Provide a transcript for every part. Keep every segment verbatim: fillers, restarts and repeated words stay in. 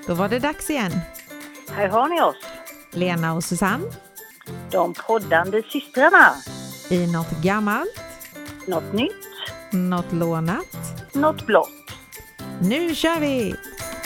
Då var det dags igen. Här har ni oss. Lena och Susanne. De poddande systrarna. I något gammalt. Något nytt. Något lånat. Något blått. Nu kör vi!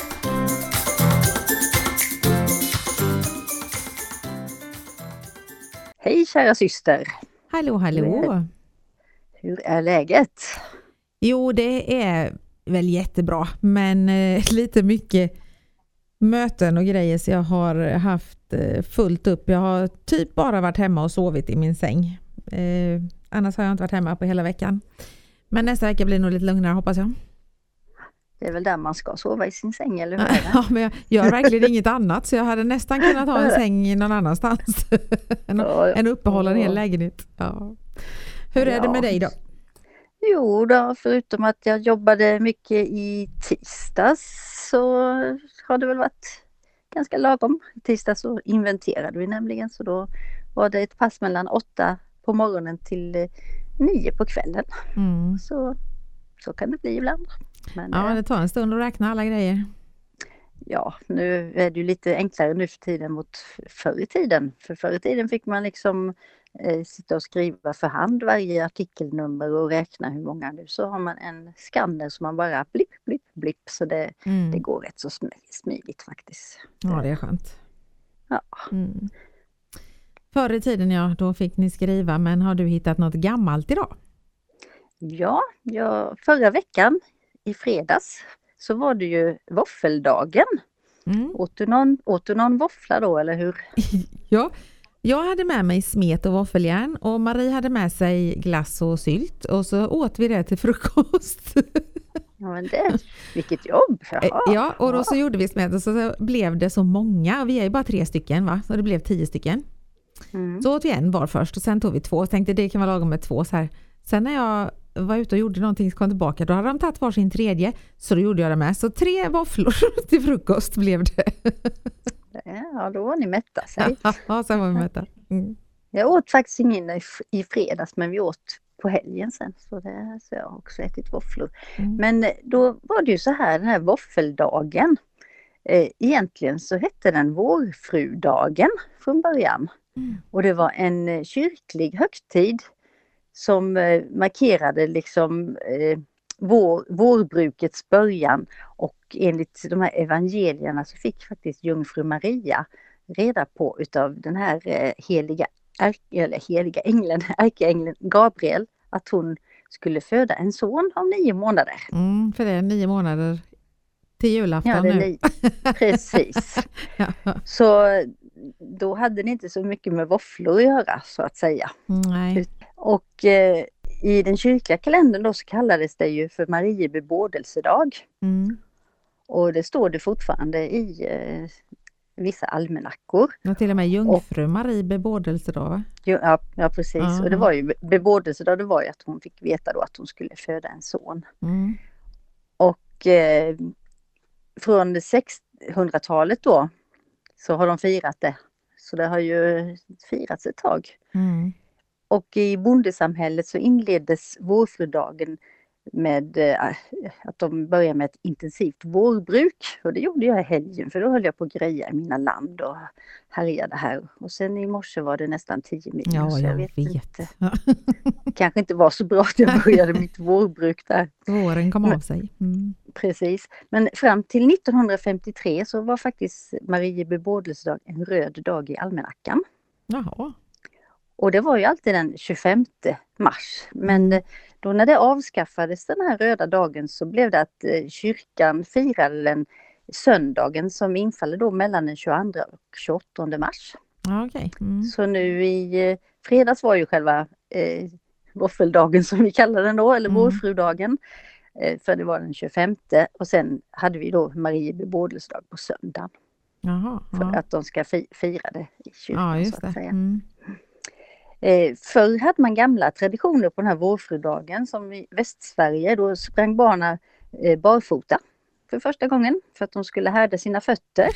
Hej kära syster. Hallå, hallå. Hur är, hur är läget? Jo, det är väl jättebra. Men eh, lite mycket möten och grejer, så jag har haft eh, fullt upp. Jag har typ bara varit hemma och sovit i min säng. Eh, annars har jag inte varit hemma på hela veckan. Men nästa vecka blir nog lite lugnare, hoppas jag. Det är väl där man ska sova i sin säng, eller hur är det? Ja, men jag gör verkligen inget annat, så jag hade nästan kunnat ha en säng någon annanstans än, Ja, än uppehålla en hel ja. läget. Ja. Hur är det Ja. med dig då? Jo då, förutom att jag jobbade mycket i tisdags så har det väl varit ganska lagom. I tisdags så inventerade vi nämligen, så då var det ett pass mellan åtta på morgonen till eh, nio på kvällen. Mm. Så, så kan det bli ibland. Men, Ja, eh, det tar en stund att räkna alla grejer. ja, nu är det ju lite enklare nu för tiden mot förr i tiden. För förr i tiden fick man liksom eh, sitta och skriva för hand varje artikelnummer och räkna hur många. Nu så har man en skanner som man bara blipp, blipp, blipp. Så det, Mm. det går rätt så sm- smidigt faktiskt. Ja, det är skönt. Ja. Mm. Förr i tiden, ja, då fick ni skriva, men har du hittat något gammalt idag? Ja, jag, förra veckan i fredags så var det ju våffeldagen. Mm. Åt du någon, åt du någon våffla då, eller hur? Ja, jag hade med mig smet och våffeljärn och Marie hade med sig glass och sylt, och så åt vi det till frukost. Ja, men det, vilket jobb! Jaha. Ja, och då så gjorde vi smet och så blev det så många, och vi är ju bara tre stycken, va? Så det blev tio stycken. Mm. Så åt vi en var först och sen tog vi två och tänkte det kan vara lagom med två så här. Sen när jag var ute och gjorde någonting så kom tillbaka, då hade de tagit var sin tredje, så då gjorde jag det med. Så tre våfflor till frukost blev det. Ja, då var ni mätta. Säg. Ja, sen var vi mätta. Mm. Jag åt faktiskt ingen i, i fredags, men vi åt på helgen sen. Så, det, så jag har också ätit våfflor. Mm. Men då var det ju så här, den här våffeldagen. Eh, egentligen så hette den vårfrudagen från början. Mm. Och det var en eh, kyrklig högtid som eh, markerade liksom eh, vår, vårbrukets början. Och enligt de här evangelierna så fick faktiskt jungfru Maria reda på utav den här eh, heliga, ärk, eller heliga ängeln, ärkeängeln Gabriel, att hon skulle föda en son om nio månader. Mm, för det är nio månader till julafton Ja, det är nu. ni. Precis. Ja. Så då hade ni inte så mycket med våfflor att göra, så att säga. Nej. Och eh, i den kyrkliga kalendern då så kallades det ju för Marie bebådelsedag. Mm. Och det står det fortfarande i eh, vissa almanackor. Och till och med jungfru Marie bebådelse då, va? Jo, ja, ja, precis. Aha. Och det var ju bebådelsedag, det var ju att hon fick veta då att hon skulle föda en son. Mm. Och eh, från sexhundratalet då så har de firat det. Så det har ju firats ett tag. Mm. Och i bondesamhället så inleddes vårfrudagen med eh, att de började med ett intensivt vårbruk. Och det gjorde jag i helgen, för då höll jag på att greja i mina land och härjade här. Och sen i morse var det nästan tio mil. Ja, så jag, jag vet, vet. inte. Kanske inte var så bra att jag började mitt vårbruk där. Våren kom Men- av sig. Mm. Precis. Men fram till nittonhundrafemtiotre så var faktiskt Marie bebådelsedag en röd dag i almanackan. Jaha. Och det var ju alltid den tjugofemte mars. Men eh, då när det avskaffades den här röda dagen så blev det att eh, kyrkan firade den söndagen som infaller då mellan den tjugoandra och tjugoåttonde mars. Ja, okej. Mm. Så nu i eh, fredags var ju själva eh, våffeldagen som vi kallar den då, eller Mm. vårfrudagen. Eh, för det var den tjugofemte och sen hade vi då Marie bebådelsedag på söndagen. Jaha. För Ja. att de ska fi- fira det i kyrkan, Ja, just så det. att säga. Mm. Eh, förr hade man gamla traditioner på den här vårfrudagen, som i Västsverige. Då sprang barnen eh, barfota för första gången för att de skulle härda sina fötter.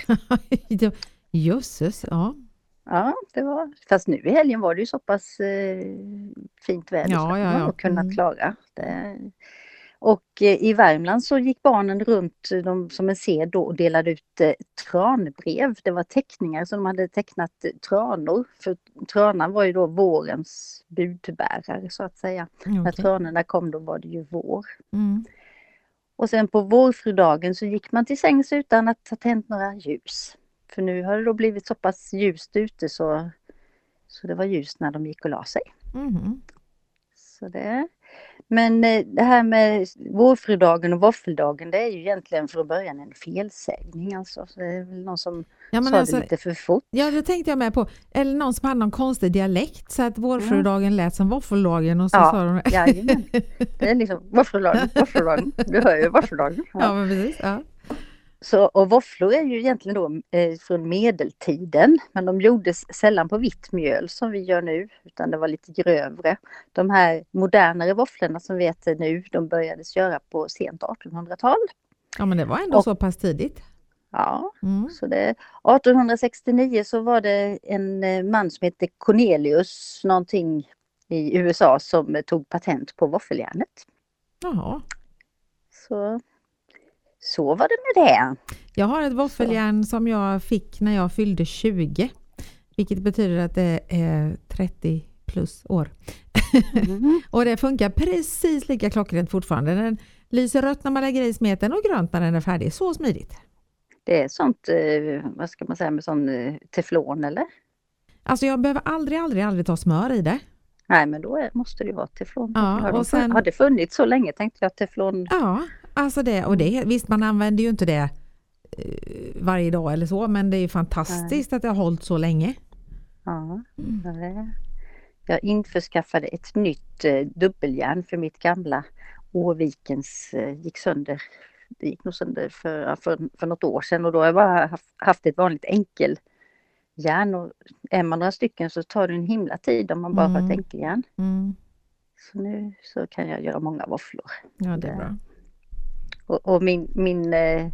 Jösses, ja. Ja, det var. Fast nu i helgen var det ju så pass eh, fint väder Ja, så att ja, man ja. nog kunnat Mm. klara det. Och eh, i Värmland så gick barnen runt eh, de, som en sed då och delade ut eh, tranbrev. Det var teckningar som de hade tecknat eh, tranor. För tranan var ju då vårens budbärare så att säga. Mm, När okej. tranorna kom då var det ju vår. Mm. Och sen på vårfrudagen så gick man till sängs utan att ha tänt några ljus. För nu har det då blivit så pass ljust ute så, så det var ljust när de gick och la sig. Mhm. Så det. Men eh, det här med vårfrudagen och våffeldagen, det är ju egentligen från början en felsägning. Alltså. Så det är väl någon som Ja, men sa alltså, det lite för fort. ja, det tänkte jag med på. Eller någon som hade någon konstig dialekt så att vårfrudagen lät som våffeldagen och så Ja, sa de jajamän. Det är liksom våffeldagen, våffeldagen. Du hör ju våffeldagen. Ja. Ja, men precis. Ja. Så, och våfflor är ju egentligen då eh, från medeltiden, men de gjordes sällan på vitt mjöl som vi gör nu, utan det var lite grövre. De här modernare våfflorna som vi äter nu, de börjades göra på sent artonhundratal. Ja, men det var ändå Och- så pass tidigt. Ja, Mm. så det, artonhundrasextionio så var det en eh, man som hette Cornelius någonting i U S A som eh, tog patent på våffeljärnet. Jaha. Så, så var det med det. Jag har ett våffeljärn som jag fick när jag fyllde tjugo. Vilket betyder att det är trettio plus år. Mm. Och det funkar precis lika klockrent fortfarande. Den lyser rött när man lägger i smeten och grönt när den är färdig. Så smidigt. Det är sånt, eh, vad ska man säga, med sån eh, teflon eller? Alltså jag behöver aldrig, aldrig, aldrig ta smör i det. Nej, men då är, måste det ju vara teflon. Ja, har, de, och sen- har det funnits så länge tänkte jag teflon. Ja, alltså det. Och det, visst man använder ju inte det eh, varje dag eller så. Men det är ju fantastiskt att det har hållit så länge. Ja, det- jag införskaffade ett nytt eh, dubbeljärn för mitt gamla Åvikens eh, gick sönder. Det gick nog sönder för, för, för något år sedan och då har jag bara haft, haft ett vanligt enkeljärn. Och är man några stycken så tar det en himla tid om man bara har Mm. ett enkeljärn. Mm. Så nu så kan jag göra många våfflor. Ja, det är bra. Och, och min, min, eh,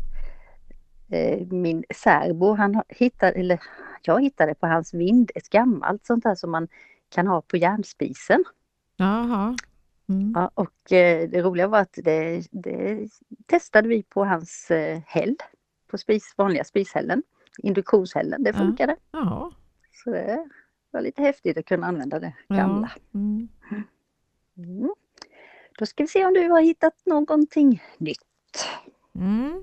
eh, min särbo, han har- hittade, eller jag hittade på hans vind ett gammalt sånt här som man kan ha på järnspisen. Jaha. Mm. Ja, och eh, det roliga var att det, det testade vi på hans eh, häll, på spis, vanliga spishällen, induktionshällen, det Ja. funkade. Jaha. Så det var lite häftigt att kunna använda det gamla. Ja. Mm. Mm. Då ska vi se om du har hittat någonting nytt. Mm.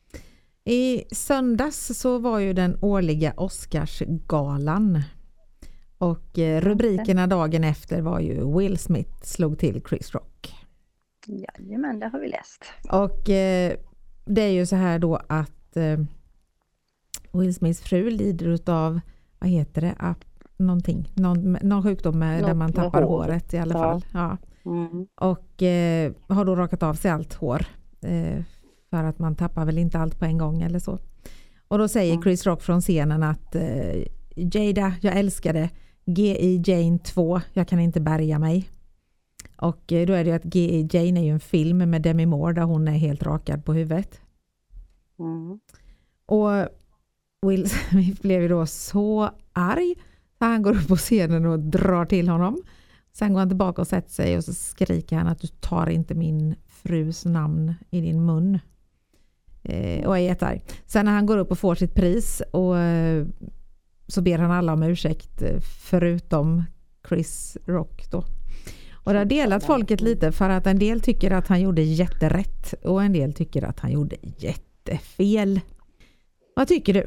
I söndags så var ju den årliga Oscarsgalan. Och eh, rubrikerna dagen efter var ju Will Smith slog till Chris Rock. Jajamän, det har vi läst. Och eh, det är ju så här då att eh, Will Smiths fru lider utav, vad heter det, Ap- någonting, någon, någon sjukdom med, där Något man med tappar håret. håret i alla Ja. fall. Ja. Mm. Och eh, har då rakat av sig allt hår. Eh, för att man tappar väl inte allt på en gång eller så. Och då säger Mm. Chris Rock från scenen att eh, Jada, jag älskar det. G I Jane två, jag kan inte bärga mig. Och eh, då är det ju att G I Jane är ju en film med Demi Moore där hon är helt rakad på huvudet. Mm. Och Will Smith blev ju då så arg så han går upp på scenen och drar till honom. Sen går han tillbaka och sätter sig och så skriker han att du tar inte min frus namn i din mun. Eh, och är jättearg. Sen när han går upp och får sitt pris och eh, så ber han alla om ursäkt eh, förutom Chris Rock då. Och det har delat folket lite för att en del tycker att han gjorde jätterätt och en del tycker att han gjorde jättefel. Vad tycker du?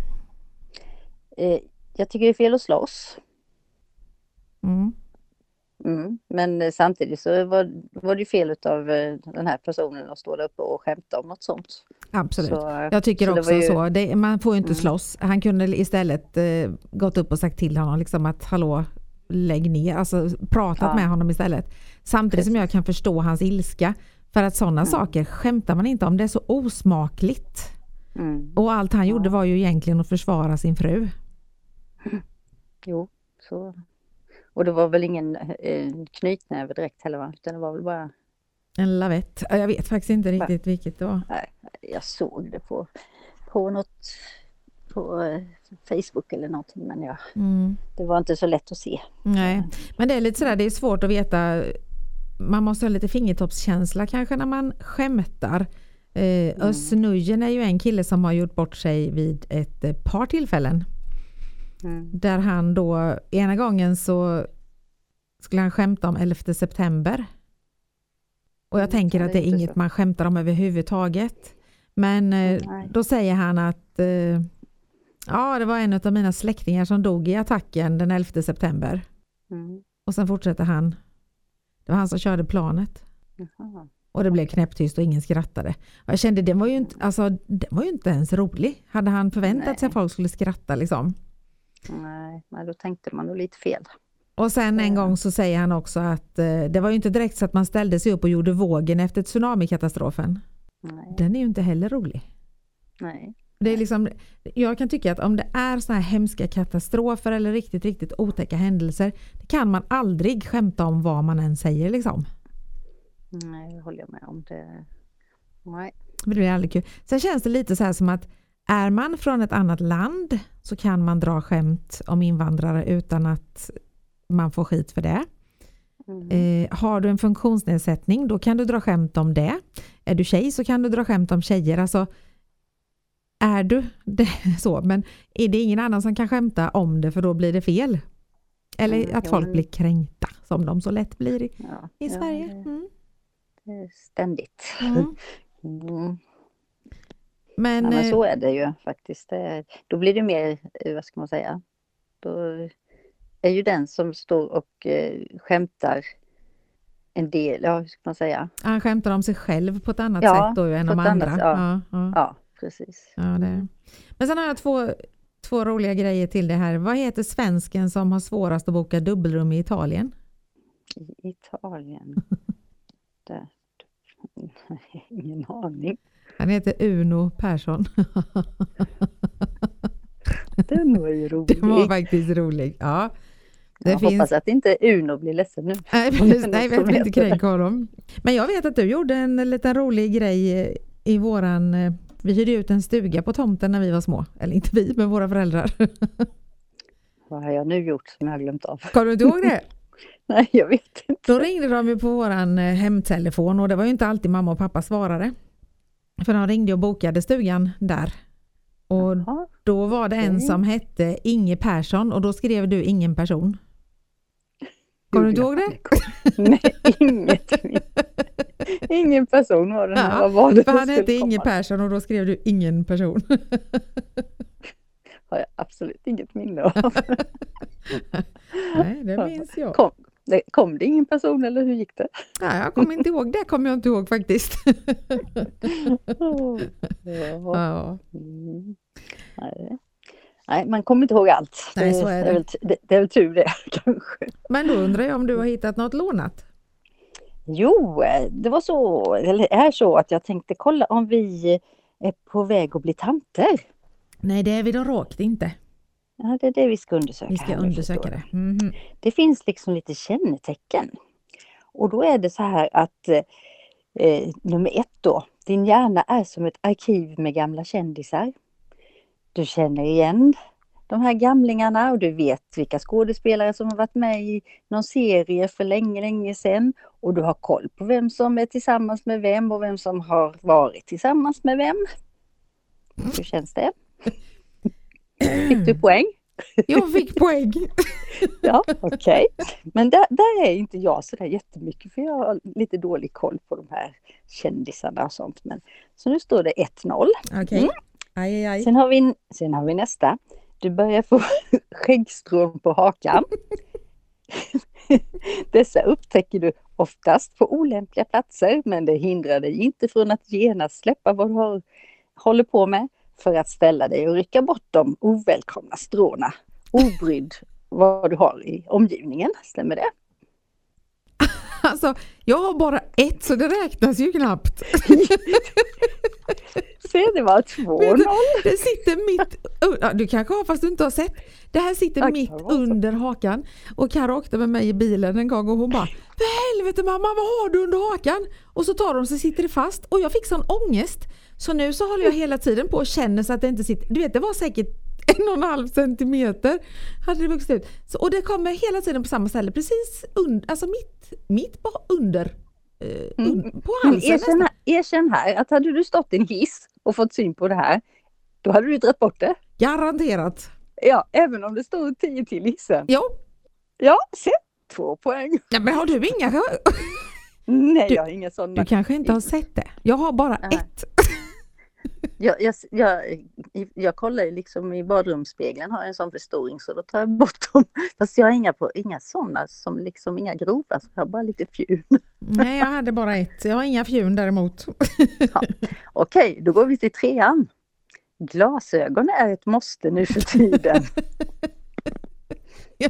Eh, jag tycker det är fel att slåss. Mm. Mm. Men eh, samtidigt så var, var det ju fel av eh, den här personen att stå där uppe och skämta om något sånt. Absolut. Så, eh, Jag tycker så det också var ju- så. Det, man får ju inte Mm. slåss. Han kunde istället eh, gått upp och sagt till honom liksom att hallå, lägg ner. Alltså pratat Ja. med honom istället. Samtidigt som jag kan förstå hans ilska. För att sådana Mm. saker skämtar man inte om. Det är så osmakligt. Mm. Och allt han Ja. gjorde var ju egentligen att försvara sin fru. Jo, så. Och det var väl ingen eh, knytnäve direkt heller, va? Utan det var väl bara, En lavett. Ja, jag vet faktiskt inte riktigt vilket det var. nej, jag såg det på, på något, på eh, Facebook eller någonting, men ja, Mm. det var inte så lätt att se. Nej, men det är lite sådär, det är svårt att veta man måste ha lite fingertoppskänsla kanske när man skämtar. Eh, mm. Özz Nujen är ju en kille som har gjort bort sig vid ett eh, par tillfällen. Mm. Där han då, ena gången så skulle han skämta om elfte september. Och jag mm, tänker att det är inget så. Man skämtar om överhuvudtaget. Men eh, då säger han att eh, ja, det var en av mina släktingar som dog i attacken den elfte september. Mm. Och sen fortsätter han. Det var han som körde planet. Jaha. Och det blev knäpptyst och ingen skrattade. Och jag kände, det var ju inte, alltså, det var ju inte ens rolig. Hade han förväntat Nej. sig att folk skulle skratta liksom? Nej, men då tänkte man nog lite fel. Och sen en gång så säger han också att eh, det var ju inte direkt så att man ställde sig upp och gjorde vågen efter tsunamikatastrofen. Nej. Den är ju inte heller rolig. Nej. Det är liksom, jag kan tycka att om det är såna här hemska katastrofer eller riktigt, riktigt otäcka händelser, det kan man aldrig skämta om vad man än säger liksom. Nej, det håller jag med om. Det... Nej. Det blir aldrig kul. Sen känns det lite så här som att är man från ett annat land så kan man dra skämt om invandrare utan att man får skit för det. Mm. Eh, har du en funktionsnedsättning, då kan du dra skämt om det. Är du tjej så kan du dra skämt om tjejer. Alltså, är du det så, men är det ingen annan som kan skämta om det för då blir det fel? Eller mm, att folk jo. blir kränkta som de så lätt blir i, ja, i Sverige. Mm. Det är ständigt. Mm. Mm. Men, ja, men så är det ju faktiskt. Det, då blir det mer, vad ska man säga, då är ju den som står och eh, skämtar en del, ja hur ska man säga? Han skämtar om sig själv på ett annat ja, sätt då än om andra. Annat, ja. Ja, ja. ja, precis. Ja, det. Men sen har jag två, två roliga grejer till det här. Vad heter svensken som har svårast att boka dubbelrum i Italien? I Italien? det, ingen aning. Han heter Uno Persson. Den var ju rolig. Det var faktiskt rolig, ja. Det jag finns... hoppas att inte Uno blir ledsen nu. Nej, precis, nej jag vill inte kränka honom. Men jag vet att du gjorde en liten rolig grej i våran... Vi hyrde ut en stuga på tomten när vi var små. Eller inte vi, men våra föräldrar. Vad har jag nu gjort som jag har glömt av? Kommer du inte ihåg det? Nej, jag vet inte. Då ringde de ju på våran hemtelefon och det var ju inte alltid mamma och pappa svarade. För de ringde och bokade stugan där. Och Aha, då var det en okay. som hette Inge Persson och då skrev du ingen person. Kommer du inte ihåg det? Nej, inget. Ingen person var det. Ja, Vad var det för han hette Inge Persson och då skrev du ingen person. Har jag absolut inget minne av. Nej, det minns jag. Kom, det, kom det ingen person eller hur gick det? Nej, jag kommer inte ihåg det. Kommer jag inte ihåg faktiskt. oh, ja. Ja. Mm. Nej. Nej, man kommer inte ihåg allt. Nej, så är det. Det är väl, det, det är väl tur det kanske. Men då undrar jag om du har hittat något lånat? Jo, det var så, eller är så att jag tänkte kolla om vi är på väg att bli tanter. Nej, det är vi då råkt inte. Ja, det är det vi ska undersöka. Vi ska undersöka det. Mm-hmm. Det finns liksom lite kännetecken. Och då är det så här att eh, nummer ett då. Din hjärna är som ett arkiv med gamla kändisar. Du känner igen de här gamlingarna och du vet vilka skådespelare som har varit med i någon serie för länge, länge sedan. Och du har koll på vem som är tillsammans med vem och vem som har varit tillsammans med vem. Hur känns det? Fick du poäng? Jag fick poäng. Ja, okej. Okay. Men där, där är inte jag så där jättemycket för jag har lite dålig koll på de här kändisarna och sånt. Men, så nu står det ett noll. Okej. Okay. Mm. Aj, aj, aj. Sen har vi, sen har vi nästa. Du börjar få skäggstrån på hakan. Dessa upptäcker du oftast på olämpliga platser, men det hindrar dig inte från att genast släppa vad du har, håller på med för att ställa dig och rycka bort de ovälkomna stråna, obrydd vad du har i omgivningen. Stämmer det? Alltså, jag har bara ett så det räknas ju knappt. Se, det var två noll. Det sitter mitt under, du kanske har fast du inte har sett. Det här sitter jag mitt under hakan. Och Karo åkte med mig i bilen en gång och hon bara, för helvete mamma, vad har du under hakan? Och så tar de så sitter det fast. Och jag fick sån ångest. Så nu så håller jag hela tiden på och känner så att det inte sitter. Du vet, det var säkert en och en halv centimeter hade det vuxit ut. Så, och det kommer hela tiden på samma ställe, precis under, alltså mitt, mitt bara under, eh, un, på halsen. Erkänn, erkänn här att hade du stått i en hiss och fått syn på det här, då hade du dragit bort det. Garanterat. Ja, även om det står tio till hissen. Jo. Ja, se, två poäng. Ja, men har du inga? Nej, du, jag har inga sådana. Du kanske inte har sett det. Jag har bara Nej. ett. Jag, jag, jag, jag kollar ju liksom i badrumsspegeln, har jag en sån förstoring så då tar jag bort dem. Fast jag har inga, på, inga sådana, som liksom inga grova, så jag har bara lite fjun. Nej, jag hade bara ett. Jag har inga fjun däremot. Ja. Okej, då går vi till trean. Glasögon är ett måste nu för tiden. Ja.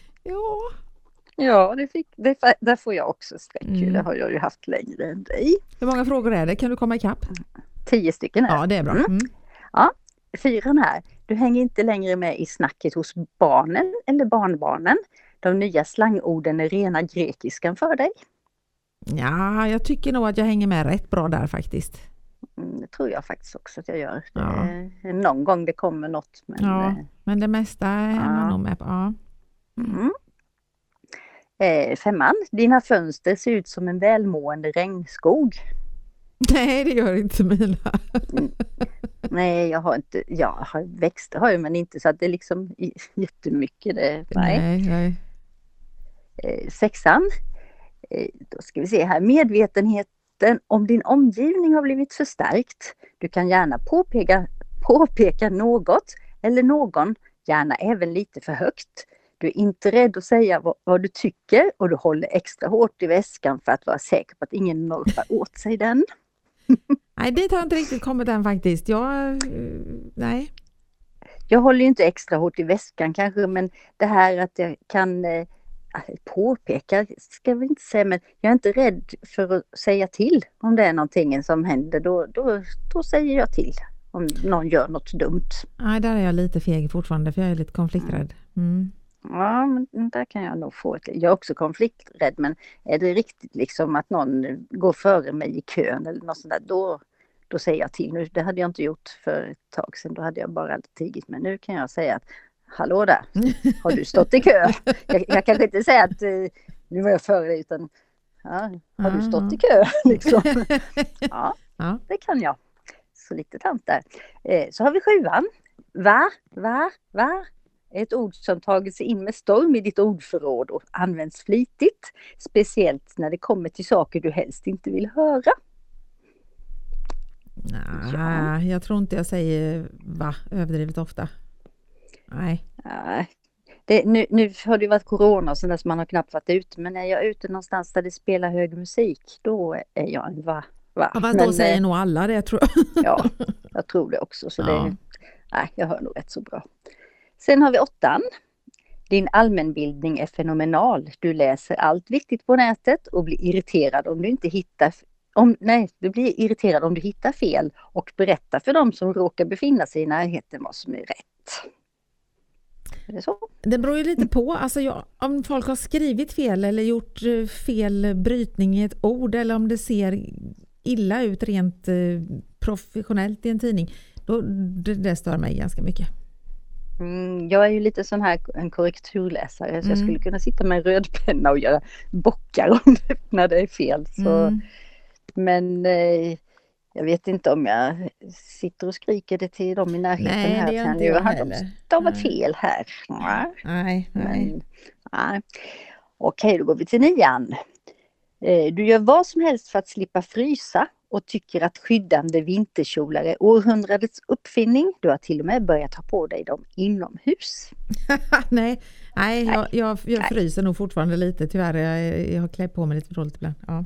Ja, det fick, det, där får jag också sträck. Mm. Det har jag ju haft längre än dig. Hur många frågor är det? Kan du komma ikapp? Tio stycken är. Ja, det är bra. Mm. Ja, fyran här. Du hänger inte längre med i snacket hos barnen eller barnbarnen. De nya slangorden är rena grekiskan för dig. Ja, jag tycker nog att jag hänger med rätt bra där faktiskt. Mm, det tror jag faktiskt också att jag gör. Ja. Det, någon gång det kommer något. Men, ja, men det mesta är ja. man nog med på. Ja. Mm. Eh, femman. Dina fönster ser ut som en välmående regnskog. Nej, det gör inte mina. Mm. Nej, jag har inte, jag har växter har jag, men inte så att det är liksom jättemycket. Det, nej. nej, nej. Eh, sexan. Eh, då ska vi se här. Medvetenheten om din omgivning har blivit förstärkt. Du kan gärna påpeka, påpeka något eller någon, gärna även lite för högt. Du är inte rädd att säga vad, vad du tycker och du håller extra hårt i väskan för att vara säker på att ingen norpar åt sig den. Nej, dit har jag inte riktigt kommit än faktiskt. Jag, nej. Jag håller ju inte extra hårt i väskan kanske, men det här att jag kan eh, påpeka, ska jag väl inte säga, men jag är inte rädd för att säga till om det är någonting som händer. Då, då, då säger jag till om någon gör något dumt. Nej, där är jag lite feg fortfarande för jag är lite konflikträdd. Mm. Ja, men där kan jag nog få ett... Jag är också konflikträdd, men är det riktigt liksom att någon går före mig i kön eller något sånt där, då, då säger jag till. Nu, det hade jag inte gjort för ett tag sedan, då hade jag bara tigit. Men nu kan jag säga att, hallå där, har du stått i kö? Jag, jag kanske inte säga att nu var jag före dig, utan ja, har du stått i kö? Liksom. Ja, ja, det kan jag. Så lite tant där. Eh, så har vi sjuan. Va, va, va? Ett ord som tagit sig in med storm i ditt ordförråd och används flitigt. Speciellt när det kommer till saker du helst inte vill höra. Nej, Ja. jag tror inte jag säger va överdrivet ofta. Nej. Nej. Det, nu, nu har det varit corona och sådär så man har knappt varit ute. Men när jag är ute någonstans där det spelar hög musik, då är jag en va. va. Ja, fast men, då säger eh, nog alla det, tror jag. Ja, jag tror det också. Så Ja. det, nej, jag hör nog rätt så bra. Sen har vi åttan. Din allmänbildning är fenomenal. Du läser allt viktigt på nätet och blir irriterad om du inte hittar om, nej, du blir irriterad om du hittar fel och berättar för dem som råkar befinna sig i närheten vad som är rätt. Är det så? Det beror ju lite på. Alltså jag, om folk har skrivit fel eller gjort fel brytning i ett ord eller om det ser illa ut rent professionellt i en tidning, då det, det stör mig ganska mycket. Mm, jag är ju lite sån här en korrekturläsare så Mm. jag skulle kunna sitta med en röd penna och göra bockar om det, när det är fel. Så, Mm. Men eh, jag vet inte om jag sitter och skriker det till dem i närheten. Nej, här. det gör Kan inte ju jag ha heller. stavat Nej. fel här. Nej. Nej, nej. Men, nej. Okej, då går vi till nian. Eh, Du gör vad som helst för att slippa frysa och tycker att skyddande vinterkjolar är århundradets uppfinning. Du har till och med börjat ta på dig dem inomhus. nej, nej, jag, jag, jag Nej. fryser nog fortfarande lite tyvärr. Jag, jag har klätt på mig lite för dåligt ibland. Ja.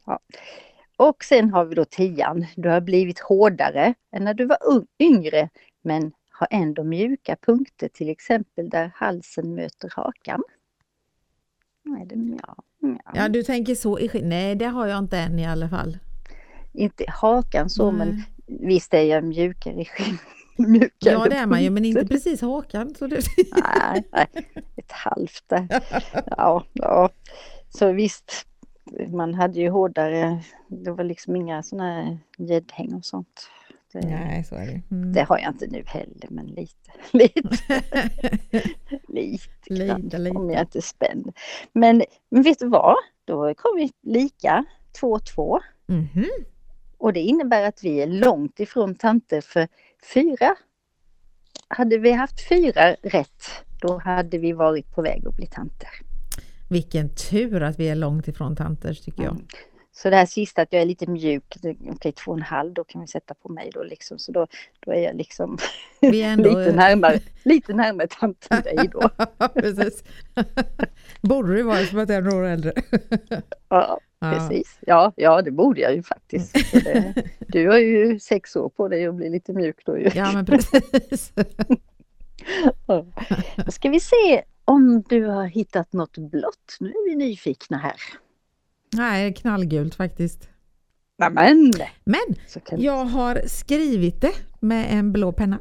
Och sen har vi då tian. Du har blivit hårdare än när du var ung, yngre men har ändå mjuka punkter, till exempel där halsen möter hakan. Nej, det, ja, ja. ja, du tänker så i skinn. Nej, det har jag inte än i alla fall. Inte hakan så, Nej. men visst är jag mjukare i skinn. Mjukare Ja, det är man ju, men inte punkter. precis hakan. Så det... Nej, nej, ett halvt där. Ja, ja. Så visst, man hade ju hårdare, det var liksom inga såna här gäddhäng och sånt. Det, Nej, så är det. Mm. det har jag inte nu heller, men lite. Lite. lite, lite, lite. Om jag inte är spänd. Men, men vet du vad? Då kom vi lika, två två. Mm-hmm. Och det innebär att vi är långt ifrån tanter, för fyra. Hade vi haft fyra rätt, då hade vi varit på väg att bli tanter. Vilken tur att vi är långt ifrån tanter, tycker jag. Mm. Så det här sista, att jag är lite mjuk, okej, två och en halv, då kan vi sätta på mig då liksom. Så då, då är jag liksom Vi är ändå... lite närmare, lite närmare tanten dig då. Precis. Borde du vara som att jag är några år äldre? Ja, ja, precis. Ja, ja, det borde jag ju faktiskt. Så det, du har ju sex år på dig att bli lite mjuk då ju. Ja, men precis. Ja. Då ska vi se om du har hittat något blått. Nu är vi nyfikna här. Nej, knallgult faktiskt. Amen. Men kan... jag har skrivit det med en blå penna.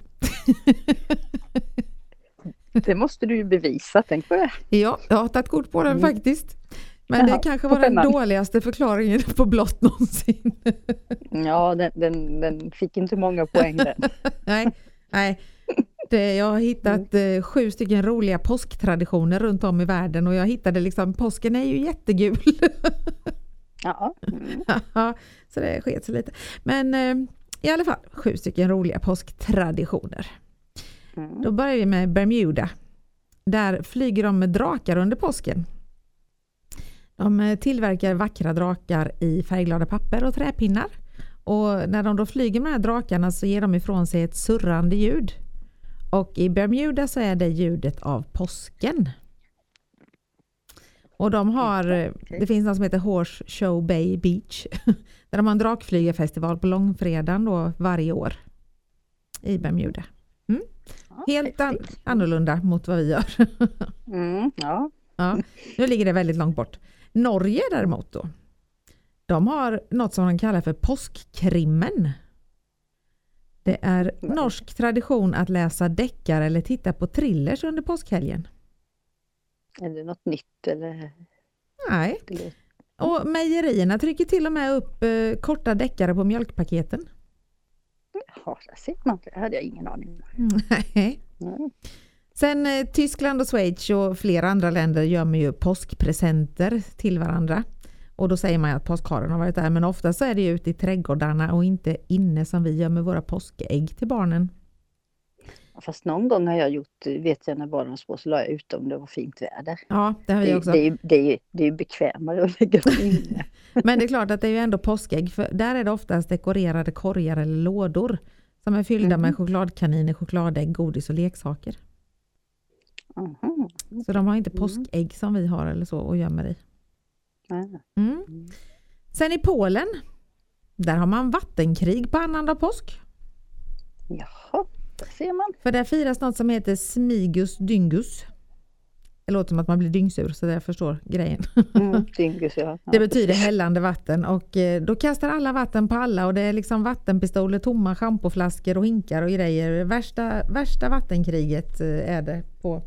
Det måste du ju bevisa, tänk på det. Ja, jag har tagit kort på den mm. faktiskt. Men Jaha, det kanske var den dåligaste förklaringen på blått någonsin. Ja, den, den, den fick inte många poäng den. nej, nej. Det, jag har hittat mm. sju stycken roliga påsktraditioner runt om i världen, och jag hittade liksom, påsken är ju jättegul. Ja. Mm. Ja, så det sket sig lite. Men eh, i alla fall, sju stycken roliga påsktraditioner. Mm. Då börjar vi med Bermuda. Där flyger de med drakar under påsken. De tillverkar vackra drakar i färgglada papper och träpinnar. Och när de då flyger med de här drakarna så ger de ifrån sig ett surrande ljud. Och i Bermuda så är det ljudet av påsken. Och de har, okay. Det finns något som heter Horse Show Bay Beach. Där de har en drakflygarfestival på långfredagen då varje år. I Bermuda. Mm. Ja, helt an- annorlunda mot vad vi gör. mm, ja. Ja. Nu ligger det väldigt långt bort. Norge däremot då. De har något som de kallar för påskkrimmen. Det är norsk tradition att läsa deckare eller titta på thrillers under påskhelgen. Är det något nytt eller? Nej. Och mejerierna trycker till och med upp eh, korta deckare på mjölkpaketen. Ja, det ser man. Det hade jag ingen aning om. Nej. Mm. Sen eh, Tyskland och Schweiz och flera andra länder gör man ju påskpresenter till varandra. Och då säger man att påskharen har varit där. Men ofta så är det ju ute i trädgårdarna och inte inne som vi gör med våra påskägg till barnen. Fast någon gång har jag gjort, vet jag när barnen var små, så la jag ut om det var fint väder. Ja, det har vi också. Det, det, det, är, det är bekvämare att lägga dem inne. Men det är klart att det är ju ändå påskägg. För där är det oftast dekorerade korgar eller lådor som är fyllda mm. med chokladkaniner, chokladägg, godis och leksaker. Mm. Så de har inte påskägg som vi har eller så och gömmer i. Mm. Sen i Polen, där har man vattenkrig på annandag påsk. Jaha, det ser man. För där firas något som heter Smigus Dyngus. Det låter som att man blir dyngsur, så jag förstår grejen. Mm, dyngus, ja. Det betyder hällande vatten, och då kastar alla vatten på alla, och det är liksom vattenpistoler, tomma schampoflaskor och hinkar och grejer. Värsta, värsta vattenkriget är det på,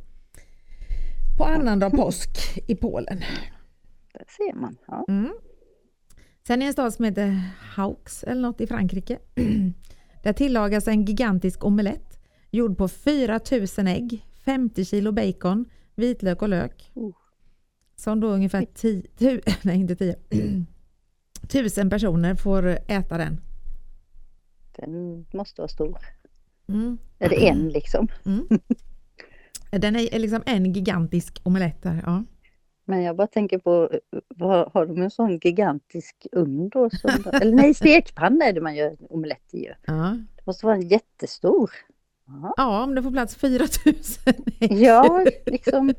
på annandag påsk i Polen. Det ser man, ja. Mm. Sen är en stad som heter Haux eller något i Frankrike. Där tillagas en gigantisk omelett gjord på fyra tusen ägg, femtio kilo bacon, vitlök och lök. Uh. Som då ungefär tio, tu, nej inte tio, tusen personer får äta den. Den måste vara stor. Mm. Är det en liksom? Mm. Den är liksom en gigantisk omelett där, ja. Men jag bara tänker på, vad, har de en sån gigantisk ugn då? Som, eller nej, stekpanna är det man gör omelett i. Ja. Det måste vara en jättestor. Aha. Ja, om det får plats fyra tusen. Ja, liksom.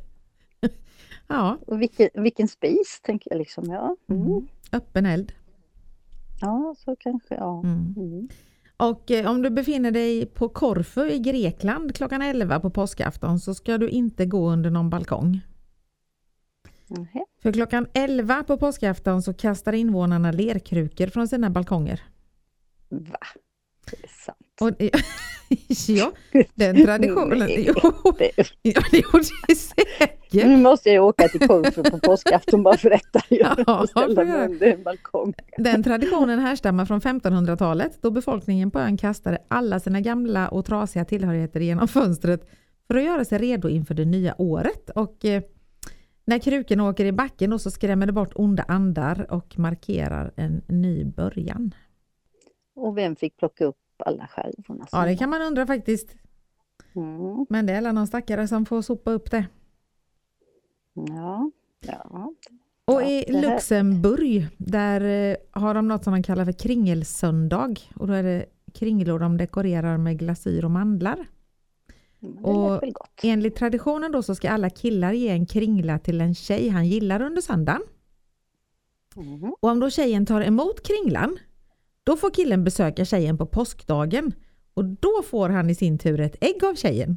Ja. Och vilken, vilken spis, tänker jag liksom. Ja. Mm. Mm. Öppen eld. Ja, så kanske, ja. Mm. Mm. Och eh, om du befinner dig på Korfu i Grekland klockan elva på påskafton, så ska du inte gå under någon balkong. Mm. För klockan elva på påskafton så kastar invånarna lerkrukor från sina balkonger. Va? Det är sant. Och, ja, den traditionen. Nej, jo, det, ja, det gjorde det säkert. nu måste jag åka till Korfu på påskafton bara för detta. Jag Ja, ställa för mig det. under en balkong. Den traditionen härstammar från femtonhundratalet då befolkningen på ön kastade alla sina gamla och trasiga tillhörigheter genom fönstret för att göra sig redo inför det nya året. Och eh, när kruken åker i backen då så skrämmer det bort onda andar och markerar en ny början. Och vem fick plocka upp alla skärvorna? Ja, det kan man undra faktiskt. Mm. Men det är alla någon stackare som får sopa upp det. Ja, ja. Och Ja, i det här- Luxemburg, där eh, har de något som man kallar för kringelsöndag. Och då är det kringlor de dekorerar med glasyr och mandlar. Men det Och- lät väl gott. Enligt traditionen då så ska alla killar ge en kringla till en tjej han gillar under söndagen. Mm. Och om då tjejen tar emot kringlan, då får killen besöka tjejen på påskdagen. Och då får han i sin tur ett ägg av tjejen.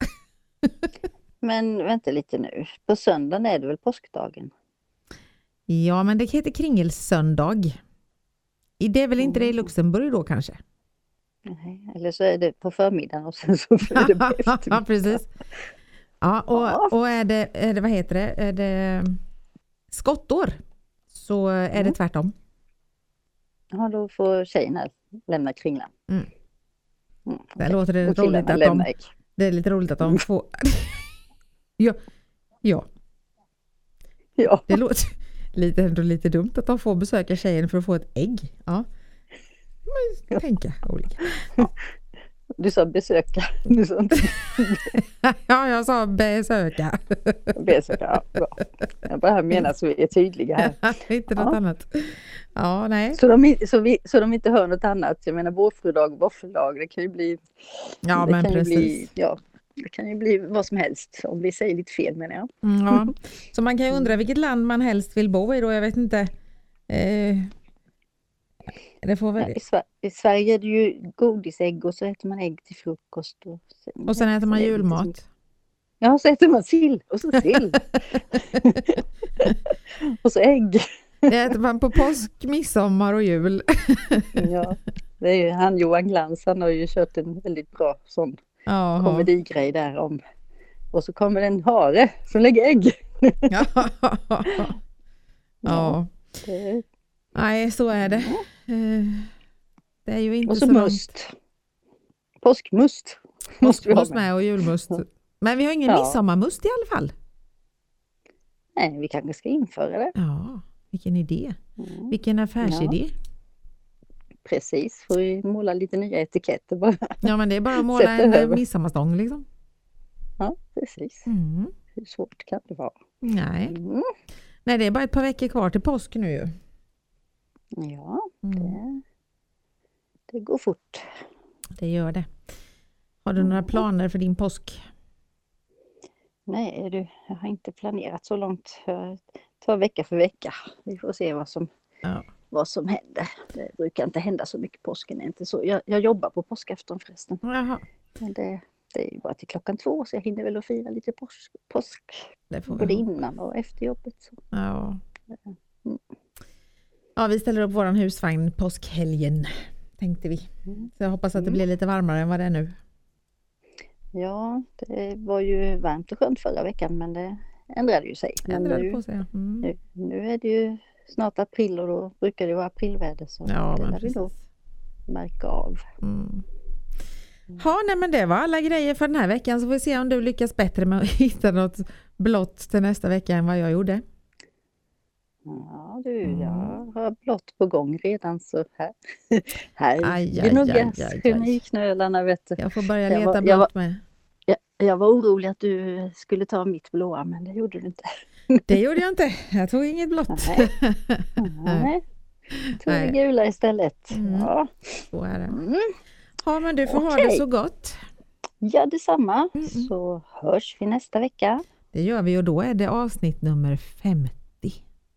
Men vänta lite nu. På söndagen är det väl påskdagen? Ja, men det heter kringelsöndag. Det är väl inte det i Mm. Luxemburg då kanske? Nej, eller så är det på förmiddagen och sen så är det på Ja, eftermiddagen. precis. Ja, Ja. och, och är, det, är det, vad heter det, är det skottår så är det Mm. tvärtom. Ja, då får tjejen här lämna kringlan. Mm. Mm. Där låter det Och roligt killarna att de, lämnar ägg. det är lite roligt att de får, ja, ja, Ja, det låter lite, ändå lite dumt att de får besöka tjejen för att få ett ägg. Ja, man Ja. tänka olika. du sa besöka. Du sa inte Ja, jag sa besöka. besöka. Ja, bra. Jag bara menar så vi är tydliga här. Inte något Ja. annat. Ja, nej. Så de, så, vi, så de inte hör något annat. Jag menar vårfrudag, våffeldag, det kan ju bli, Ja, det men kan ju precis. bli, ja, det kan ju bli vad som helst om vi säger lite fel menar jag. Mm, ja. Så man kan ju undra vilket land man helst vill bo i då. Jag vet inte. Eh, det får väl... I, Sver- I Sverige är det ju godisägg och så äter man ägg till frukost. Och sen, Och sen äter man är det lite som- julmat. Ja, så äter man sill och så sill. och så ägg. Det äter man på påsk, midsommar och jul. Ja, det är ju han Johan Glans, han har ju kört en väldigt bra sån Jaha. komedigrej där om. Och så kommer en hare som lägger ägg. Ja. Ja. Det- Nej, så är det. Eh, Det är ju inte Och så, så långt. must. Påskmust. Måste vi ha Påskmust med och julmust. Men vi har ingen Ja. midsommarmust i alla fall. Nej, vi kanske ska införa det. Ja, vilken idé. Mm, Vilken affärsidé. precis, får vi måla lite nya etiketter bara. Ja, men det är bara att måla Sätta en eh, över. midsommarstång liksom. Ja, precis. Mm. Hur svårt kan det vara? Nej. Mm. Nej, det är bara ett par veckor kvar till påsk nu ju. Ja, Mm. det, det går fort. Det gör det. Har du några planer för din påsk? Nej du, jag har inte planerat så långt. Jag tar vecka för vecka. Vi får se vad som, Ja. vad som händer. Det brukar inte hända så mycket påsken. Är inte så. Jag, jag jobbar på påskafton förresten. Jaha, Men det, det är ju bara till klockan två så jag hinner väl att fira lite påsk, påsk det får både vi. innan och efter jobbet. Så. Ja. Mm. Ja, vi ställer upp våran husvagn påskhelgen, tänkte vi. Mm. Så jag hoppas att det Mm. blir lite varmare än vad det är nu. Ja, det var ju varmt och skönt förra veckan men det ändrade ju sig. Men Ändrade nu, på sig. Mm. nu, nu är det ju snart april och då brukar det vara aprilväder så Ja, det men lär vi precis. nog märka av. Mm. Ja, nej, men det var alla grejer för den här veckan, så får vi se om du lyckas bättre med att hitta något blått till nästa vecka än vad jag gjorde. Ja du, Mm. jag har blått på gång redan så här. här Aj, det aj, är nog aj, aj, aj. geniknölarna vet du. Jag får börja Jag leta var- jag blått var- med. Jag, jag var orolig att du skulle ta mitt blåa men det gjorde du inte. Det gjorde jag inte. Jag tog inget blått. Nej. Nej. Tog det Nej. gula istället. Mm. Ja. Så är det. Mm. Ja, men du får ha Okej. det så gott. Ja, detsamma. Mm, mm. Så hörs vi nästa vecka. Det gör vi och då är det avsnitt nummer femtio.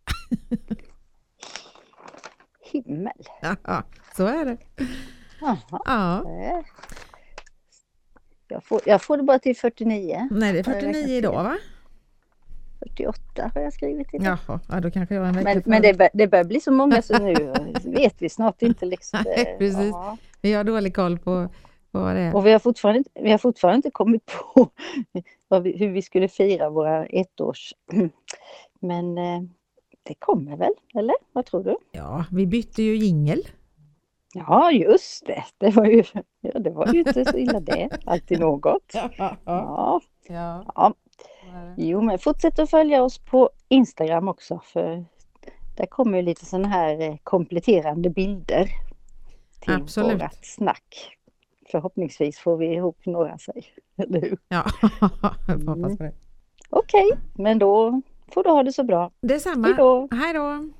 Himmel. Ja, så är det. Jaha. Ja, Eh. Jag får, jag får det bara till fyrtionio. nej det är Jag räknar fyrtionio fel. idag va? fyrtioåtta har jag skrivit idag. Jaha, ja, då kanske jag är en vecka Men, före. men det, bör, det börjar bli så många så nu vet vi snart inte liksom. Nej, precis. Ja. Vi har dålig koll på, på vad det är. Och vi har fortfarande, inte- vi har fortfarande inte kommit på vad vi, hur vi skulle fira våra ettårs. Men eh, det kommer väl, eller? Vad tror du? Ja, vi bytte ju jingel. Ja, just det. Det var ju, ja, det var ju inte så illa det. Alltid något. Ja, ja. Ja, Ja. ja. Jo, men fortsätt att följa oss på Instagram också. För där kommer ju lite sådana här eh, kompletterande bilder till Absolut. vårat snack. Förhoppningsvis får vi ihop några sig. Eller hur? Ja, jag får hoppas på det. Okej, men då får du ha det så bra. Detsamma. Hej då! Hej då!